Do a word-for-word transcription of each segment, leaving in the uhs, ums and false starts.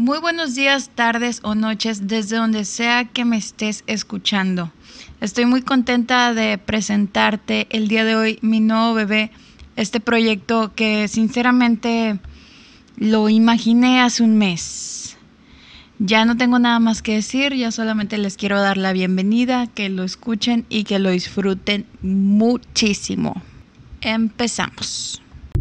Muy buenos días, tardes o noches desde donde sea que me estés escuchando. Estoy muy contenta de presentarte el día de hoy mi nuevo bebé, este proyecto que sinceramente lo imaginé hace un mes. Ya no tengo nada más que decir, ya solamente les quiero dar la bienvenida, que lo escuchen y que lo disfruten muchísimo. Empezamos.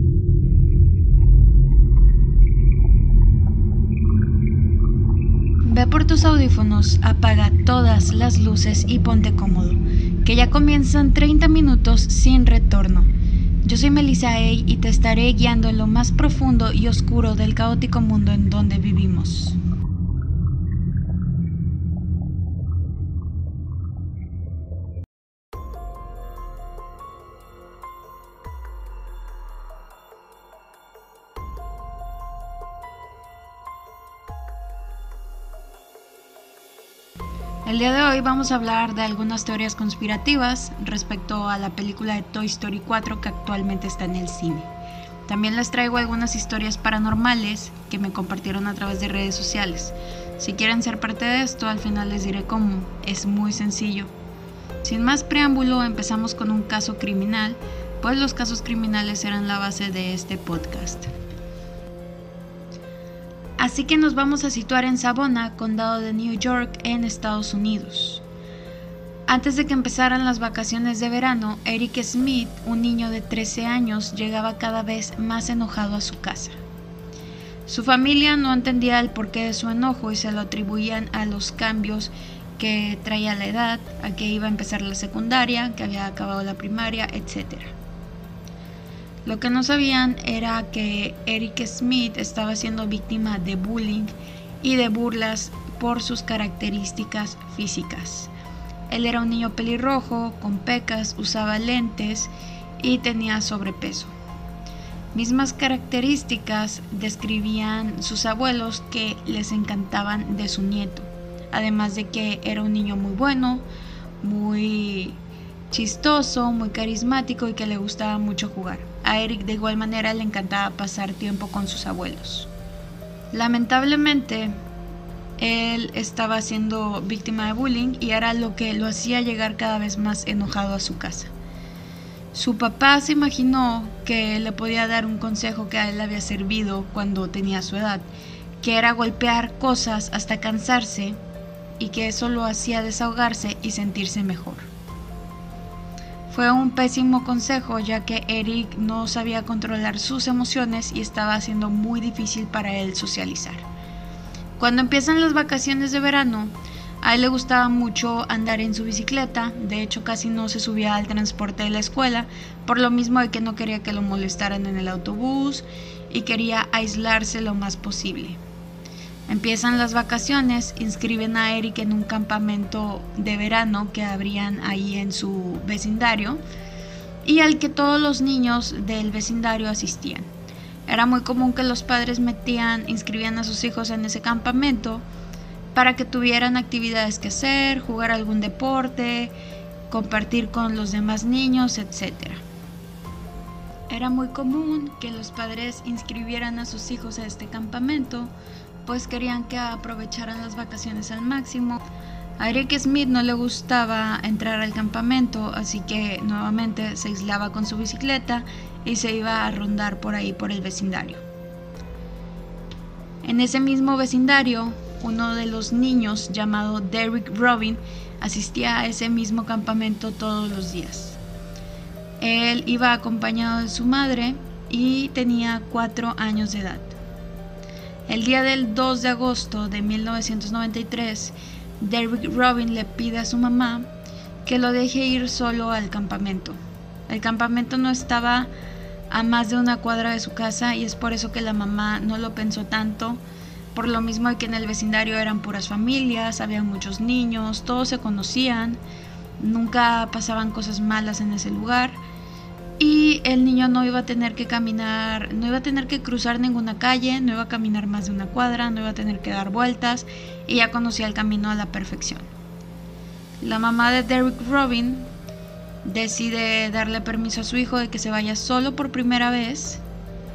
Ve por tus audífonos, apaga todas las luces y ponte cómodo, que ya comienzan treinta minutos sin retorno. Yo soy Melissa Ay y te estaré guiando en lo más profundo y oscuro del caótico mundo en donde vivimos. El día de hoy vamos a hablar de algunas teorías conspirativas respecto a la película de Toy Story cuatro que actualmente está en el cine. También les traigo algunas historias paranormales que me compartieron a través de redes sociales. Si quieren ser parte de esto, al final les diré cómo. Es muy sencillo. Sin más preámbulo, empezamos con un caso criminal, pues los casos criminales serán la base de este podcast. Así que nos vamos a situar en Savannah, condado de New York, en Estados Unidos. Antes de que empezaran las vacaciones de verano, Eric Smith, un niño de trece años, llegaba cada vez más enojado a su casa. Su familia no entendía el porqué de su enojo y se lo atribuían a los cambios que traía la edad, a que iba a empezar la secundaria, que había acabado la primaria, etcétera. Lo que no sabían era que Eric Smith estaba siendo víctima de bullying y de burlas por sus características físicas. Él era un niño pelirrojo, con pecas, usaba lentes y tenía sobrepeso. Mismas características describían sus abuelos que les encantaban de su nieto, además de que era un niño muy bueno, muy chistoso, muy carismático y que le gustaba mucho jugar. A Eric de igual manera le encantaba pasar tiempo con sus abuelos. Lamentablemente, él estaba siendo víctima de bullying y era lo que lo hacía llegar cada vez más enojado a su casa. Su papá se imaginó que le podía dar un consejo que a él le había servido cuando tenía su edad, que era golpear cosas hasta cansarse y que eso lo hacía desahogarse y sentirse mejor. Fue un pésimo consejo, ya que Eric no sabía controlar sus emociones y estaba haciendo muy difícil para él socializar. Cuando empiezan las vacaciones de verano, a él le gustaba mucho andar en su bicicleta. De hecho, casi no se subía al transporte de la escuela, por lo mismo de que no quería que lo molestaran en el autobús y quería aislarse lo más posible. Empiezan las vacaciones, inscriben a Eric en un campamento de verano que abrían ahí en su vecindario y al que todos los niños del vecindario asistían. Era muy común que los padres metían, inscribían a sus hijos en ese campamento para que tuvieran actividades que hacer, jugar algún deporte, compartir con los demás niños, etcétera. Era muy común que los padres inscribieran a sus hijos a este campamento, pues querían que aprovecharan las vacaciones al máximo. A Eric Smith no le gustaba entrar al campamento, así que nuevamente se aislaba con su bicicleta y se iba a rondar por ahí por el vecindario. En ese mismo vecindario, uno de los niños llamado Derrick Robin asistía a ese mismo campamento todos los días. Él iba acompañado de su madre y tenía cuatro años de edad. El día del dos de agosto de mil novecientos noventa y tres, Derrick Robin le pide a su mamá que lo deje ir solo al campamento. El campamento no estaba a más de una cuadra de su casa y es por eso que la mamá no lo pensó tanto, por lo mismo de que en el vecindario eran puras familias, había muchos niños, todos se conocían, nunca pasaban cosas malas en ese lugar. Y el niño no iba a tener que caminar, no iba a tener que cruzar ninguna calle, no iba a caminar más de una cuadra, no iba a tener que dar vueltas y ya conocía el camino a la perfección. La mamá de Derrick Robin decide darle permiso a su hijo de que se vaya solo por primera vez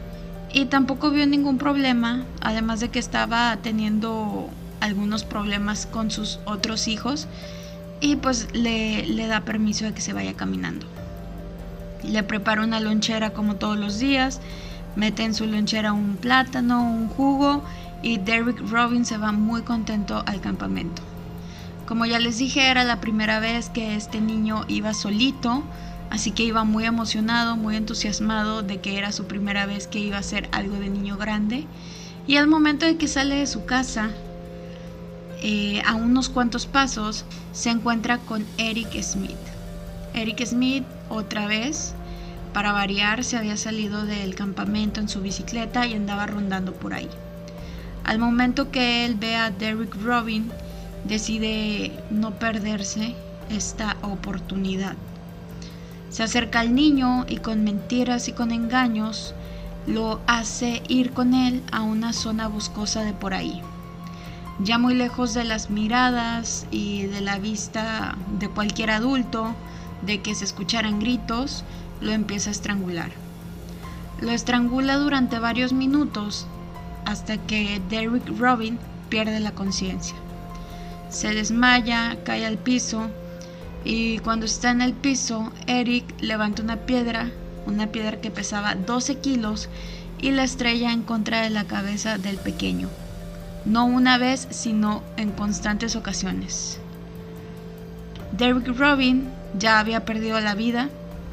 y tampoco vio ningún problema, además de que estaba teniendo algunos problemas con sus otros hijos y pues le, le da permiso de que se vaya caminando. Le prepara una lonchera como todos los días, mete en su lonchera un plátano, un jugo y Derrick Robin se va muy contento al campamento. Como ya les dije, era la primera vez que este niño iba solito, así que iba muy emocionado, muy entusiasmado de que era su primera vez que iba a hacer algo de niño grande. Y al momento de que sale de su casa, eh, a unos cuantos pasos, se encuentra con Eric Smith. Eric Smith, otra vez, para variar, se había salido del campamento en su bicicleta y andaba rondando por ahí. Al momento que él ve a Derrick Robin, decide no perderse esta oportunidad. Se acerca al niño y con mentiras y con engaños lo hace ir con él a una zona boscosa de por ahí. Ya muy lejos de las miradas y de la vista de cualquier adulto, de que se escucharan gritos, lo empieza a estrangular. Lo estrangula durante varios minutos hasta que Derrick Robin pierde la conciencia. Se desmaya, cae al piso y cuando está en el piso, Eric levanta una piedra, una piedra que pesaba doce kilos y la estrella en contra de la cabeza del pequeño. No una vez, sino en constantes ocasiones. Derrick Robin ya había perdido la vida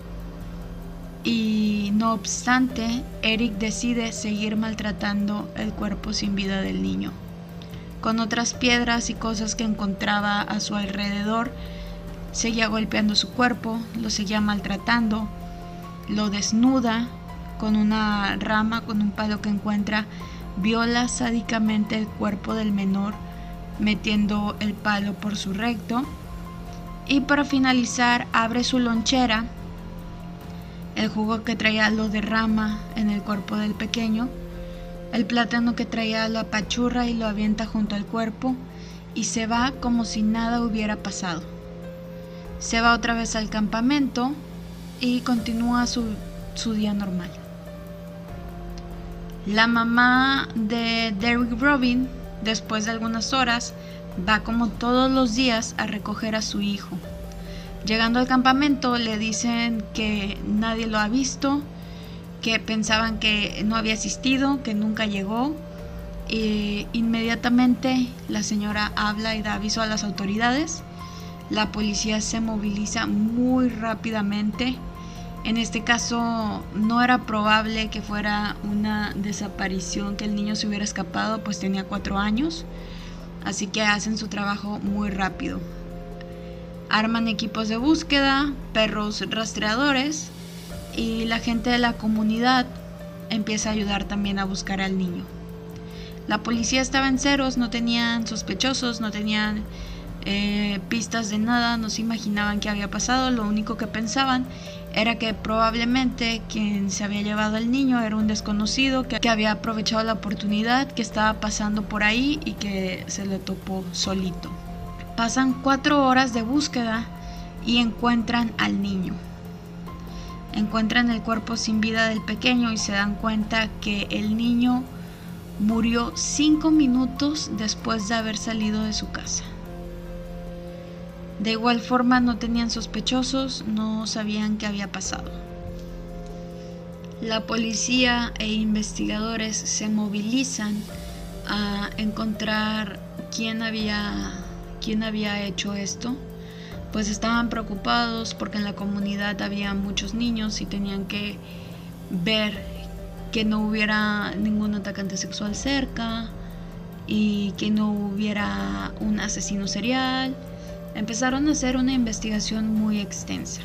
y no obstante, Eric decide seguir maltratando el cuerpo sin vida del niño. Con otras piedras y cosas que encontraba a su alrededor, seguía golpeando su cuerpo, lo seguía maltratando, lo desnuda con una rama, con un palo que encuentra, viola sádicamente el cuerpo del menor, metiendo el palo por su recto. Y para finalizar, abre su lonchera, el jugo que traía lo derrama en el cuerpo del pequeño, el plátano que traía lo apachurra y lo avienta junto al cuerpo y se va como si nada hubiera pasado. Se va otra vez al campamento y continúa su, su día normal. La mamá de Derrick Robin, después de algunas horas, va como todos los días a recoger a su hijo. Llegando al campamento le dicen que nadie lo ha visto, que pensaban que no había asistido, que nunca llegó. E inmediatamente la señora habla y da aviso a las autoridades. La policía se moviliza muy rápidamente. En este caso no era probable que fuera una desaparición, que el niño se hubiera escapado, pues tenía cuatro años. Así que hacen su trabajo muy rápido. Arman equipos de búsqueda, perros rastreadores y la gente de la comunidad empieza a ayudar también a buscar al niño. La policía estaba en ceros, no tenían sospechosos, no tenían eh, pistas de nada, no se imaginaban qué había pasado. Lo único que pensaban era que probablemente quien se había llevado al niño era un desconocido que, que había aprovechado la oportunidad, que estaba pasando por ahí y que se lo topó solito. Pasan cuatro horas de búsqueda y encuentran al niño. Encuentran el cuerpo sin vida del pequeño y se dan cuenta que el niño murió cinco minutos después de haber salido de su casa. De igual forma no tenían sospechosos, no sabían qué había pasado. La policía e investigadores se movilizan a encontrar quién había, quién había hecho esto. Pues estaban preocupados porque en la comunidad había muchos niños y tenían que ver que no hubiera ningún atacante sexual cerca y que no hubiera un asesino serial. Empezaron a hacer una investigación muy extensa.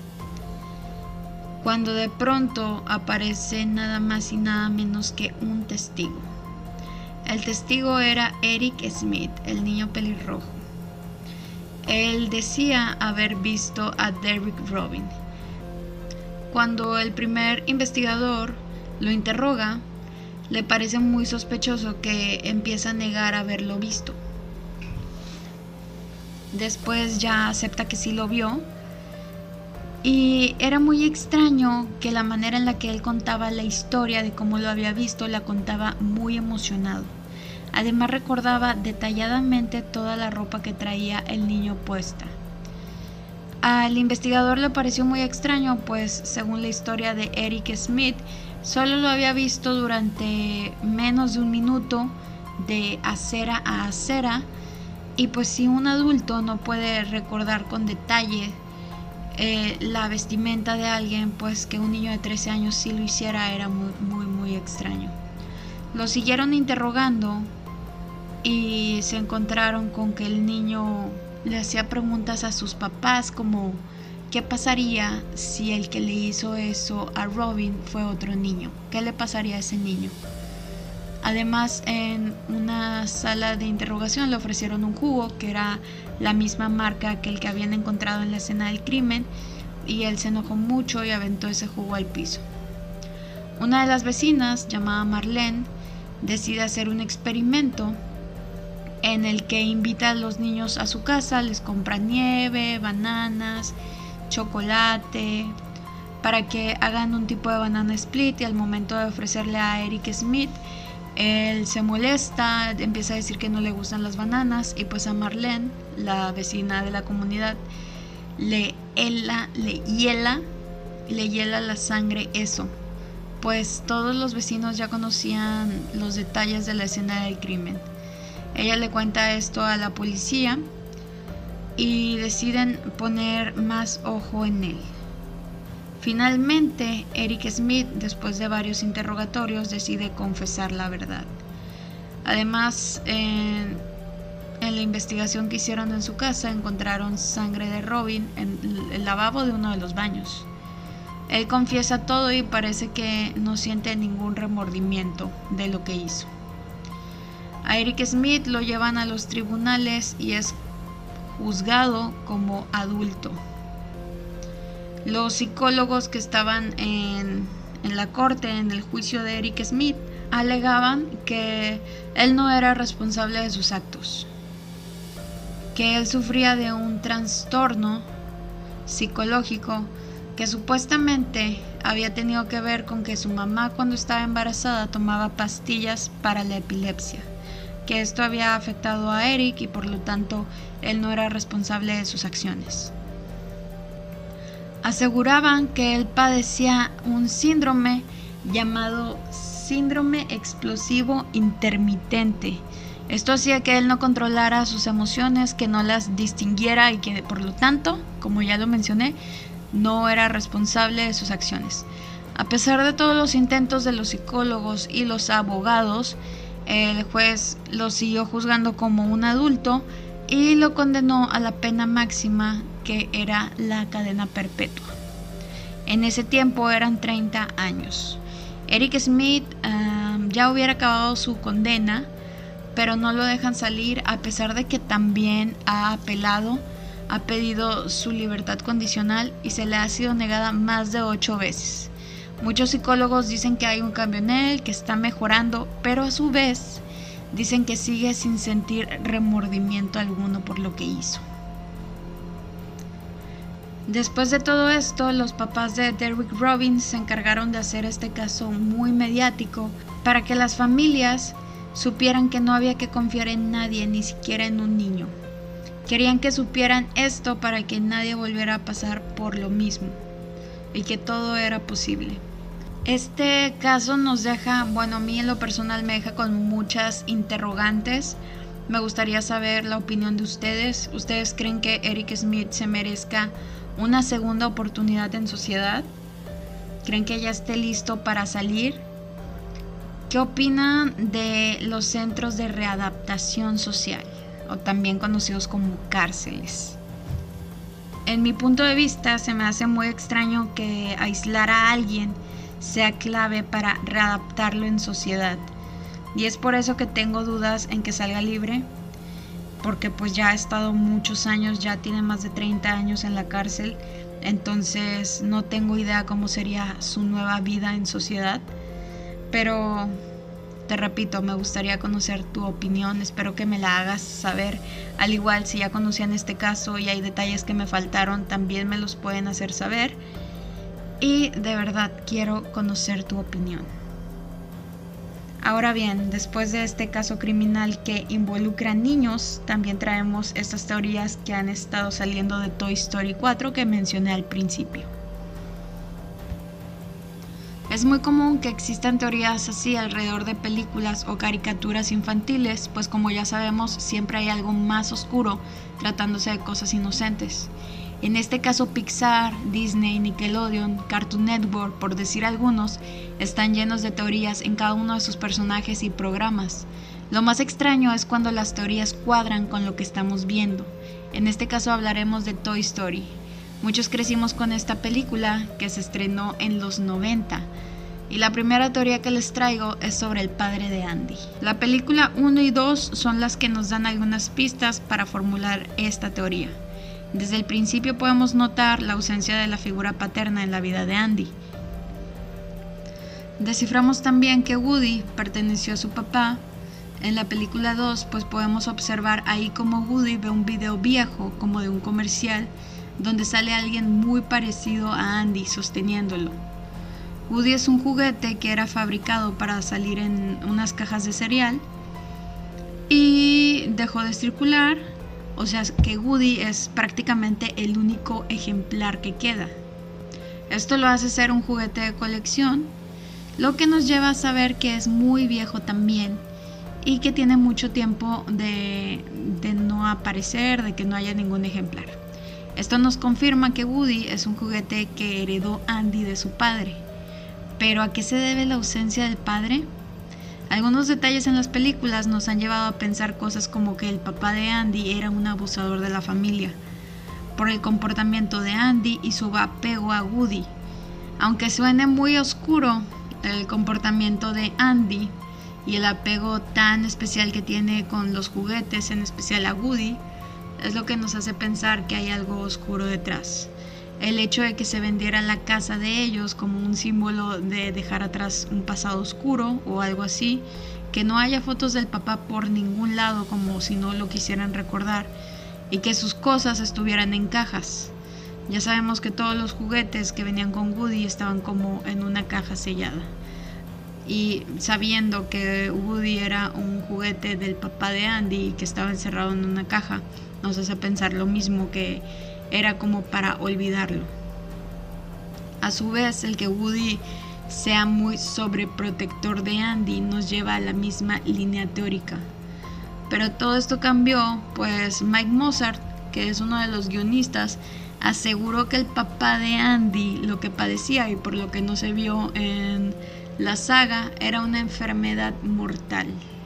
Cuando de pronto aparece nada más y nada menos que un testigo. El testigo era Eric Smith, el niño pelirrojo. Él decía haber visto a Derrick Robin. Cuando el primer investigador lo interroga, le parece muy sospechoso que empieza a negar haberlo visto. Después ya acepta que sí lo vio Y era muy extraño que la manera en la que él contaba la historia de cómo lo había visto, la contaba muy emocionado. Además recordaba detalladamente toda la ropa que traía el niño puesta. Al investigador le pareció muy extraño, pues según la historia de Eric Smith, solo lo había visto durante menos de un minuto de acera a acera, y pues si un adulto no puede recordar con detalle eh, la vestimenta de alguien, pues que un niño de trece años sí lo hiciera era muy muy muy extraño. Lo siguieron interrogando y se encontraron con que el niño le hacía preguntas a sus papás como ¿qué pasaría si el que le hizo eso a Robin fue otro niño? ¿Qué le pasaría a ese niño? Además, en una sala de interrogación le ofrecieron un jugo que era la misma marca que el que habían encontrado en la escena del crimen, y él se enojó mucho y aventó ese jugo al piso. Una de las vecinas, llamada Marlene, decide hacer un experimento en el que invita a los niños a su casa, les compra nieve, bananas, chocolate, para que hagan un tipo de banana split, y al momento de ofrecerle a Eric Smith, él se molesta, empieza a decir que no le gustan las bananas, y pues a Marlene, la vecina de la comunidad, le hela, le hiela, le hiela la sangre eso, pues todos los vecinos ya conocían los detalles de la escena del crimen. Ella le cuenta esto a la policía y deciden poner más ojo en él. Finalmente, Eric Smith, después de varios interrogatorios, decide confesar la verdad. Además, en, en la investigación que hicieron en su casa, encontraron sangre de Robin en el lavabo de uno de los baños. Él confiesa todo y parece que no siente ningún remordimiento de lo que hizo. A Eric Smith lo llevan a los tribunales y es juzgado como adulto. Los psicólogos que estaban en, en la corte, en el juicio de Eric Smith, alegaban que él no era responsable de sus actos, que él sufría de un trastorno psicológico que supuestamente había tenido que ver con que su mamá, cuando estaba embarazada, tomaba pastillas para la epilepsia, que esto había afectado a Eric y por lo tanto él no era responsable de sus acciones. Aseguraban que él padecía un síndrome llamado síndrome explosivo intermitente. Esto hacía que él no controlara sus emociones, que no las distinguiera y que por lo tanto, como ya lo mencioné, no era responsable de sus acciones. A pesar de todos los intentos de los psicólogos y los abogados, el juez lo siguió juzgando como un adulto y lo condenó a la pena máxima, que era la cadena perpetua. En ese tiempo eran treinta años. Eric Smith um, ya hubiera acabado su condena, pero no lo dejan salir a pesar de que también ha apelado, ha pedido su libertad condicional y se le ha sido negada más de ocho veces. Muchos psicólogos dicen que hay un cambio en él, que está mejorando, pero a su vez dicen que sigue sin sentir remordimiento alguno por lo que hizo. Después de todo esto, los papás de Derrick Robin se encargaron de hacer este caso muy mediático para que las familias supieran que no había que confiar en nadie, ni siquiera en un niño. Querían que supieran esto para que nadie volviera a pasar por lo mismo y que todo era posible. Este caso nos deja, bueno, a mí en lo personal me deja con muchas interrogantes. Me gustaría saber la opinión de ustedes. ¿Ustedes creen que Eric Smith se merezca una segunda oportunidad en sociedad? ¿Creen que ya esté listo para salir? ¿Qué opinan de los centros de readaptación social, o también conocidos como cárceles? En mi punto de vista, se me hace muy extraño que aislar a alguien sea clave para readaptarlo en sociedad. Y es por eso que tengo dudas en que salga libre, porque pues ya ha estado muchos años, ya tiene más de treinta años en la cárcel, entonces no tengo idea cómo sería su nueva vida en sociedad. Pero te repito, me gustaría conocer tu opinión, espero que me la hagas saber. Al igual, si ya conocían este caso y hay detalles que me faltaron, también me los pueden hacer saber. Y de verdad quiero conocer tu opinión. Ahora bien, después de este caso criminal que involucra niños, también traemos estas teorías que han estado saliendo de Toy Story cuatro que mencioné al principio. Es muy común que existan teorías así alrededor de películas o caricaturas infantiles, pues como ya sabemos, siempre hay algo más oscuro tratándose de cosas inocentes. En este caso Pixar, Disney, Nickelodeon, Cartoon Network, por decir algunos, están llenos de teorías en cada uno de sus personajes y programas. Lo más extraño es cuando las teorías cuadran con lo que estamos viendo. En este caso hablaremos de Toy Story. Muchos crecimos con esta película que se estrenó en los noventa. Y la primera teoría que les traigo es sobre el padre de Andy. La película uno y dos son las que nos dan algunas pistas para formular esta teoría. Desde el principio podemos notar la ausencia de la figura paterna en la vida de Andy. Desciframos también que Woody perteneció a su papá. En la película dos, pues podemos observar ahí como Woody ve un video viejo, como de un comercial, donde sale alguien muy parecido a Andy sosteniéndolo. Woody es un juguete que era fabricado para salir en unas cajas de cereal y dejó de circular. O sea que Woody es prácticamente el único ejemplar que queda. Esto lo hace ser un juguete de colección, lo que nos lleva a saber que es muy viejo también y que tiene mucho tiempo de, de no aparecer, de que no haya ningún ejemplar. Esto nos confirma que Woody es un juguete que heredó Andy de su padre. ¿Pero a qué se debe la ausencia del padre? Algunos detalles en las películas nos han llevado a pensar cosas como que el papá de Andy era un abusador de la familia, por el comportamiento de Andy y su apego a Woody. Aunque suene muy oscuro el comportamiento de Andy y el apego tan especial que tiene con los juguetes, en especial a Woody, es lo que nos hace pensar que hay algo oscuro detrás. El hecho de que se vendiera la casa de ellos como un símbolo de dejar atrás un pasado oscuro o algo así, que no haya fotos del papá por ningún lado como si no lo quisieran recordar, y que sus cosas estuvieran en cajas. Ya sabemos que todos los juguetes que venían con Woody estaban como en una caja sellada. Y sabiendo que Woody era un juguete del papá de Andy y que estaba encerrado en una caja, nos hace pensar lo mismo, que era como para olvidarlo. A su vez, el que Woody sea muy sobreprotector de Andy nos lleva a la misma línea teórica. Pero todo esto cambió, pues Mike Mozart, que es uno de los guionistas, aseguró que el papá de Andy lo que padecía y por lo que no se vio en la saga era una enfermedad mortal.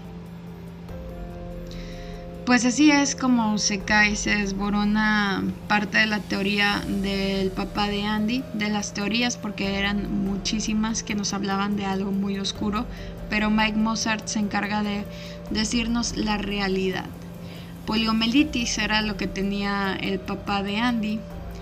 Pues así es como se cae y se desborona parte de la teoría del papá de Andy, de las teorías, porque eran muchísimas que nos hablaban de algo muy oscuro, pero Mike Mozart se encarga de decirnos la realidad. Poliomielitis era lo que tenía el papá de Andy,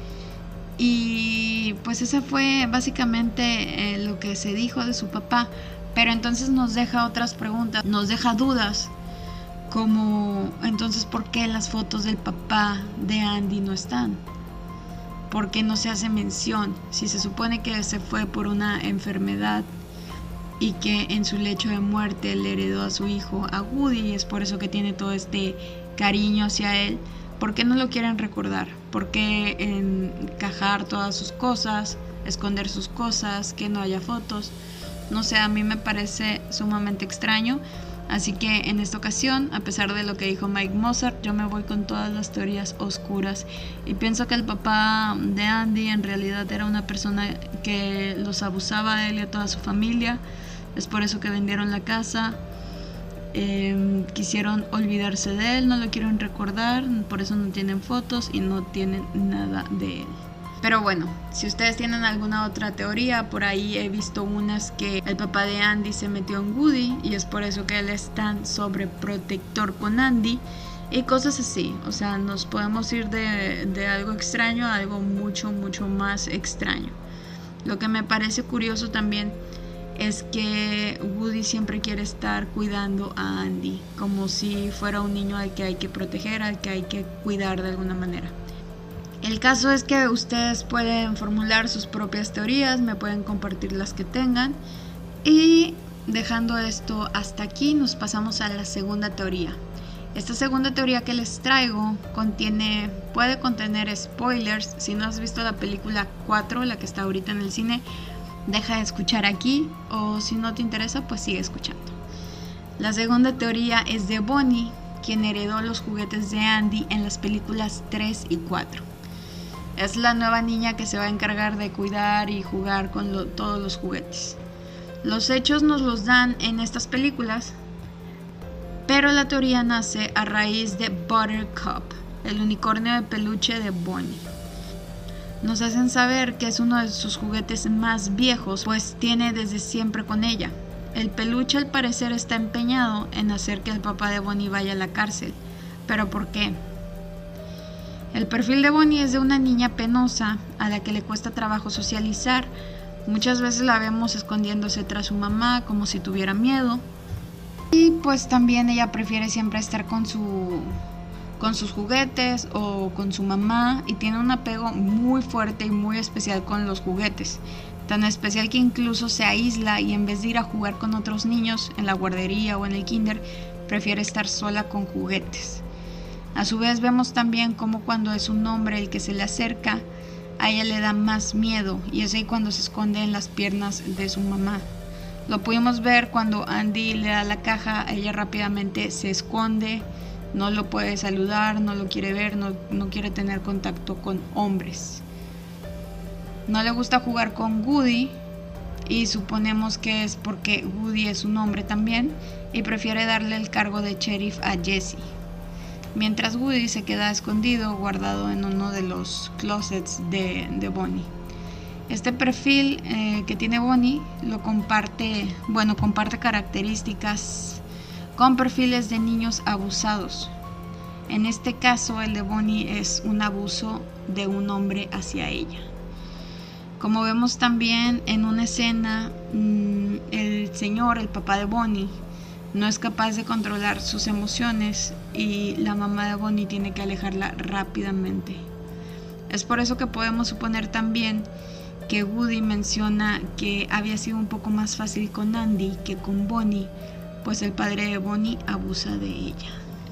y pues esa fue básicamente eh, lo que se dijo de su papá, pero entonces nos deja otras preguntas, nos deja dudas. Como, entonces, ¿por qué las fotos del papá de Andy no están? ¿Por qué no se hace mención? Si se supone que se fue por una enfermedad y que en su lecho de muerte le heredó a su hijo, a Woody, y es por eso que tiene todo este cariño hacia él, ¿por qué no lo quieren recordar? ¿Por qué encajar todas sus cosas, esconder sus cosas, que no haya fotos? No sé, a mí me parece sumamente extraño. Así que en esta ocasión, a pesar de lo que dijo Mike Mozart, yo me voy con todas las teorías oscuras y pienso que el papá de Andy en realidad era una persona que los abusaba a él y a toda su familia. Es por eso que vendieron la casa, eh, quisieron olvidarse de él, no lo quieren recordar, por eso no tienen fotos y no tienen nada de él. Pero bueno, si ustedes tienen alguna otra teoría, por ahí he visto unas que el papá de Andy se metió en Woody y es por eso que él es tan sobreprotector con Andy y cosas así. O sea, nos podemos ir de, de algo extraño a algo mucho, mucho más extraño. Lo que me parece curioso también es que Woody siempre quiere estar cuidando a Andy, como si fuera un niño al que hay que proteger, al que hay que cuidar de alguna manera. El caso es que ustedes pueden formular sus propias teorías, me pueden compartir las que tengan, y dejando esto hasta aquí nos pasamos a la segunda teoría. Esta segunda teoría que les traigo contiene, puede contener spoilers. Si no has visto la película cuatro, la que está ahorita en el cine, deja de escuchar aquí, o si no te interesa, pues sigue escuchando. La segunda teoría es de Bonnie, quien heredó los juguetes de Andy en las películas tres y cuatro. Es la nueva niña que se va a encargar de cuidar y jugar con lo, todos los juguetes. Los hechos nos los dan en estas películas, pero la teoría nace a raíz de Buttercup, el unicornio de peluche de Bonnie. Nos hacen saber que es uno de sus juguetes más viejos, pues tiene desde siempre con ella. El peluche al parecer está empeñado en hacer que el papá de Bonnie vaya a la cárcel. ¿Pero por qué? El perfil de Bonnie es de una niña penosa a la que le cuesta trabajo socializar. Muchas veces la vemos escondiéndose tras su mamá como si tuviera miedo. Y pues también ella prefiere siempre estar con su... con sus juguetes o con su mamá, y tiene un apego muy fuerte y muy especial con los juguetes, tan especial que incluso se aísla y en vez de ir a jugar con otros niños en la guardería o en el kinder, prefiere estar sola con juguetes. A su vez vemos también cómo cuando es un hombre el que se le acerca, a ella le da más miedo, y es ahí cuando se esconde en las piernas de su mamá. Lo pudimos ver cuando Andy le da la caja, ella rápidamente se esconde, no lo puede saludar, no lo quiere ver, no, no quiere tener contacto con hombres. No le gusta jugar con Woody, y suponemos que es porque Woody es un hombre también y prefiere darle el cargo de sheriff a Jesse, mientras Woody se queda escondido, guardado en uno de los closets de, de Bonnie. Este perfil eh, que tiene Bonnie lo comparte, bueno, comparte características con perfiles de niños abusados. En este caso, el de Bonnie es un abuso de un hombre hacia ella. Como vemos también en una escena, mmm, el señor, el papá de Bonnie, no es capaz de controlar sus emociones y la mamá de Bonnie tiene que alejarla rápidamente. Es por eso que podemos suponer también que Woody menciona que había sido un poco más fácil con Andy que con Bonnie, pues el padre de Bonnie abusa de ella.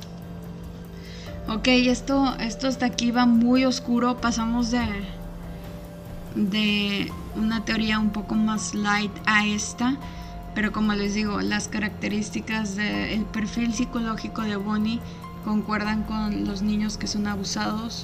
Ok, esto, esto hasta aquí va muy oscuro. Pasamos de, de una teoría un poco más light a esta, pero como les digo, las características del perfil psicológico de Bonnie concuerdan con los niños que son abusados,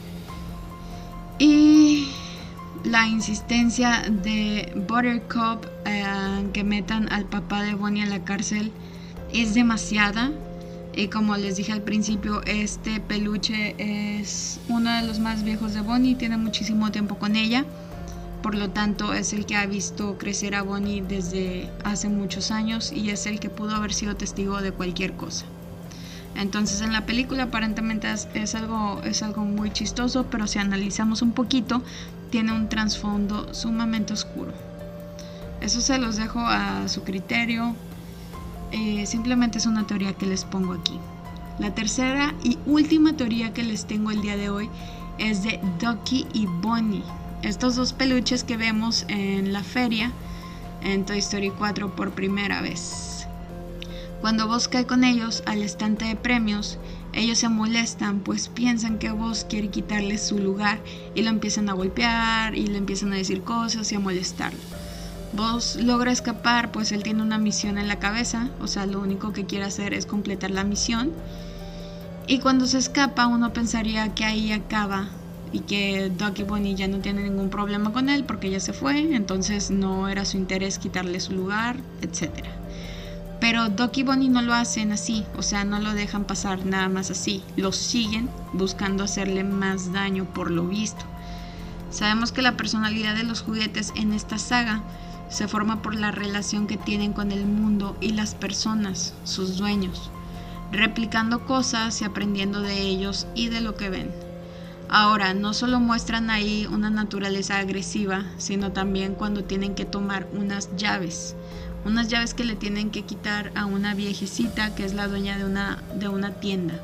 y la insistencia de Buttercup eh, que metan al papá de Bonnie a la cárcel es demasiada. Y como les dije al principio, este peluche es uno de los más viejos de Bonnie, tiene muchísimo tiempo con ella, por lo tanto es el que ha visto crecer a Bonnie desde hace muchos años y es el que pudo haber sido testigo de cualquier cosa. Entonces en la película aparentemente es, es, algo, es algo muy chistoso, pero si analizamos un poquito, tiene un trasfondo sumamente oscuro. Eso se los dejo a su criterio. Eh, simplemente es una teoría que les pongo aquí. La tercera y última teoría que les tengo el día de hoy es de Ducky y Bonnie, estos dos peluches que vemos en la feria en Toy Story cuatro por primera vez. Cuando Buzz cae con ellos al estante de premios, ellos se molestan, pues piensan que Buzz quiere quitarle su lugar y lo empiezan a golpear y le empiezan a decir cosas y a molestarlo. Buzz logra escapar, pues él tiene una misión en la cabeza, o sea, lo único que quiere hacer es completar la misión. Y cuando se escapa, uno pensaría que ahí acaba y que Ducky y Bonnie ya no tienen ningún problema con él porque ya se fue, entonces no era su interés quitarle su lugar, etcétera. Pero Ducky y Bonnie no lo hacen así, o sea, no lo dejan pasar nada más así, lo siguen buscando hacerle más daño por lo visto. Sabemos que la personalidad de los juguetes en esta saga se forma por la relación que tienen con el mundo y las personas, sus dueños, replicando cosas y aprendiendo de ellos y de lo que ven. Ahora, no solo muestran ahí una naturaleza agresiva, sino también cuando tienen que tomar unas llaves. Unas llaves que le tienen que quitar a una viejecita que es la dueña de una, de una tienda.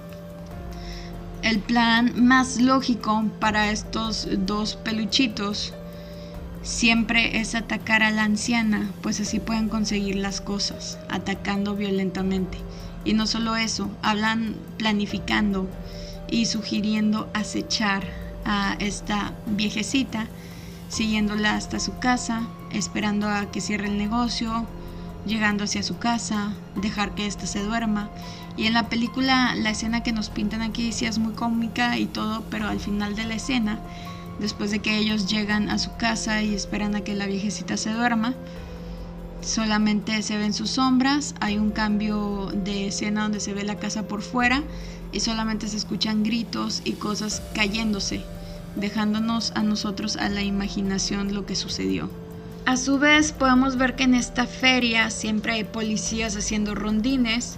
El plan más lógico para estos dos peluchitos siempre es atacar a la anciana, pues así pueden conseguir las cosas, atacando violentamente. Y no solo eso, hablan planificando y sugiriendo acechar a esta viejecita, siguiéndola hasta su casa, esperando a que cierre el negocio, llegando hacia su casa, dejar que ésta se duerma. Y en la película la escena que nos pintan aquí sí es muy cómica y todo, pero al final de la escena, después de que ellos llegan a su casa y esperan a que la viejecita se duerma, solamente se ven sus sombras, hay un cambio de escena donde se ve la casa por fuera y solamente se escuchan gritos y cosas cayéndose, dejándonos a nosotros a la imaginación lo que sucedió. A su vez podemos ver que en esta feria siempre hay policías haciendo rondines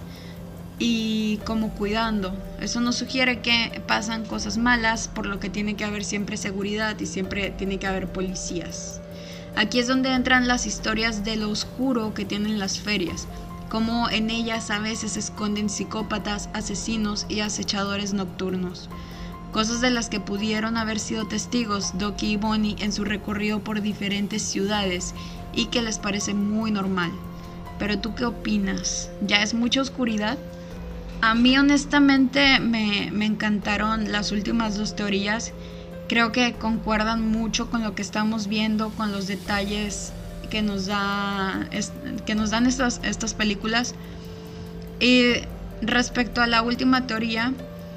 y como cuidando. Eso nos sugiere que pasan cosas malas, por lo que tiene que haber siempre seguridad y siempre tiene que haber policías. Aquí es donde entran las historias de lo oscuro que tienen las ferias, como en ellas a veces se esconden psicópatas, asesinos y acechadores nocturnos. Cosas de las que pudieron haber sido testigos Doki y Bonnie en su recorrido por diferentes ciudades y que les parece muy normal. Pero ¿tú qué opinas? ¿Ya es mucha oscuridad? A mí honestamente me, me encantaron las últimas dos teorías. Creo que concuerdan mucho con lo que estamos viendo, con los detalles que nos, da, es, que nos dan estas, estas películas. Y respecto a la última teoría,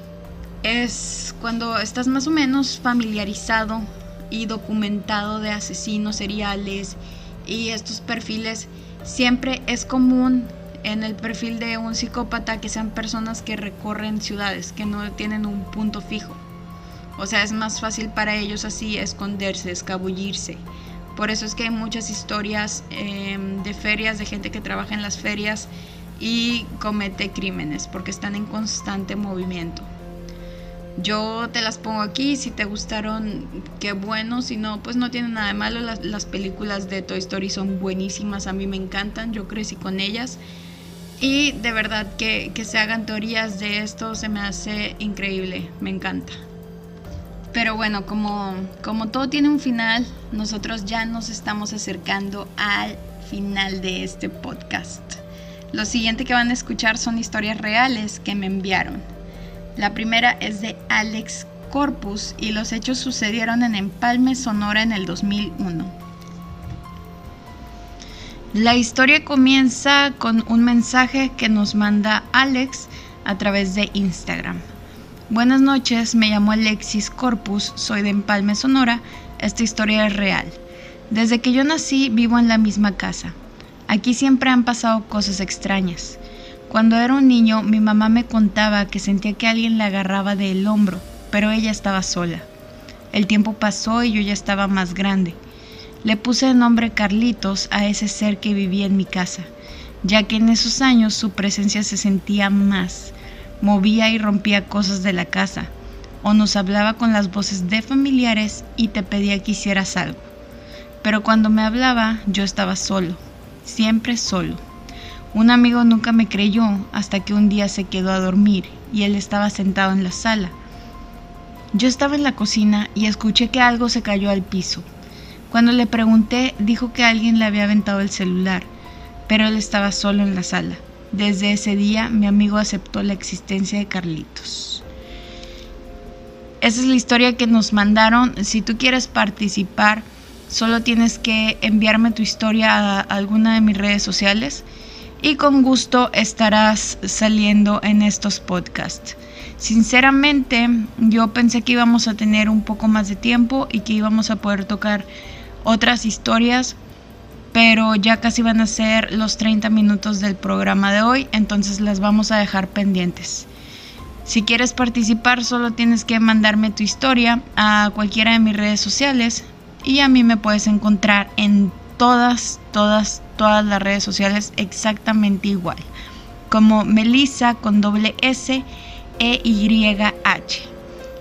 es cuando estás más o menos familiarizado y documentado de asesinos seriales y estos perfiles, siempre es común en el perfil de un psicópata que sean personas que recorren ciudades, que no tienen un punto fijo. O sea, es más fácil para ellos así esconderse, escabullirse. Por eso es que hay muchas historias eh, de ferias, de gente que trabaja en las ferias y comete crímenes, porque están en constante movimiento. Yo te las pongo aquí, si te gustaron, qué bueno, si no, pues no tiene nada de malo. Las, las películas de Toy Story son buenísimas, a mí me encantan, yo crecí con ellas. Y de verdad que, que se hagan teorías de esto se me hace increíble, me encanta. Pero bueno, como, como todo tiene un final, nosotros ya nos estamos acercando al final de este podcast. Lo siguiente que van a escuchar son historias reales que me enviaron. La primera es de Alex Corpus y los hechos sucedieron en Empalme, Sonora en el dos mil uno. La historia comienza con un mensaje que nos manda Alex a través de Instagram. Buenas noches, me llamo Alexis Corpus, soy de Empalme, Sonora. Esta historia es real. Desde que yo nací vivo en la misma casa. Aquí siempre han pasado cosas extrañas. Cuando era un niño, mi mamá me contaba que sentía que alguien la agarraba del hombro, pero ella estaba sola. El tiempo pasó y yo ya estaba más grande. Le puse el nombre Carlitos a ese ser que vivía en mi casa, ya que en esos años su presencia se sentía más. Movía y rompía cosas de la casa, o nos hablaba con las voces de familiares y te pedía que hicieras algo. Pero cuando me hablaba, yo estaba solo, siempre solo. Un amigo nunca me creyó hasta que un día se quedó a dormir y él estaba sentado en la sala. Yo estaba en la cocina y escuché que algo se cayó al piso. Cuando le pregunté, dijo que alguien le había aventado el celular, pero él estaba solo en la sala. Desde ese día, mi amigo aceptó la existencia de Carlitos. Esa es la historia que nos mandaron. Si tú quieres participar, solo tienes que enviarme tu historia a alguna de mis redes sociales y con gusto estarás saliendo en estos podcasts. Sinceramente, yo pensé que íbamos a tener un poco más de tiempo y que íbamos a poder tocar otras historias, pero ya casi van a ser los treinta minutos del programa de hoy, entonces las vamos a dejar pendientes. Si quieres participar, solo tienes que mandarme tu historia a cualquiera de mis redes sociales y a mí me puedes encontrar en todas, todas, todas las redes sociales exactamente igual, como Melissa con doble S E Y H.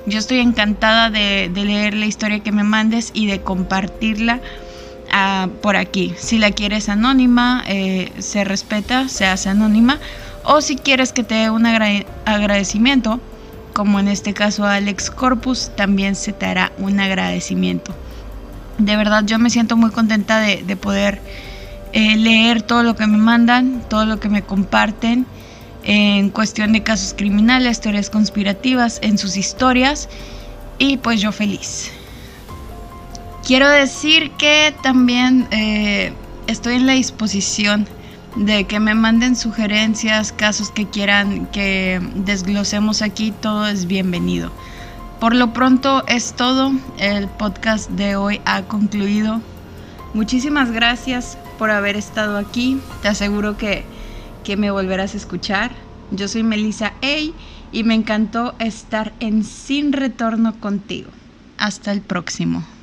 Yo estoy encantada de, de leer la historia que me mandes y de compartirla uh, por aquí. Si la quieres anónima, eh, se respeta, se hace anónima. O si quieres que te dé un agra- agradecimiento, como en este caso a Alex Corpus, también se te hará un agradecimiento. De verdad yo me siento muy contenta de, de poder eh, leer todo lo que me mandan, todo lo que me comparten en cuestión de casos criminales, teorías conspirativas, en sus historias, y pues yo feliz. Quiero decir que también eh, estoy en la disposición de que me manden sugerencias, casos que quieran que desglosemos aquí, todo es bienvenido. Por lo pronto es todo, el podcast de hoy ha concluido. Muchísimas gracias por haber estado aquí, te aseguro que, que me volverás a escuchar. Yo soy Melissa A y me encantó estar en Sin Retorno contigo. Hasta el próximo.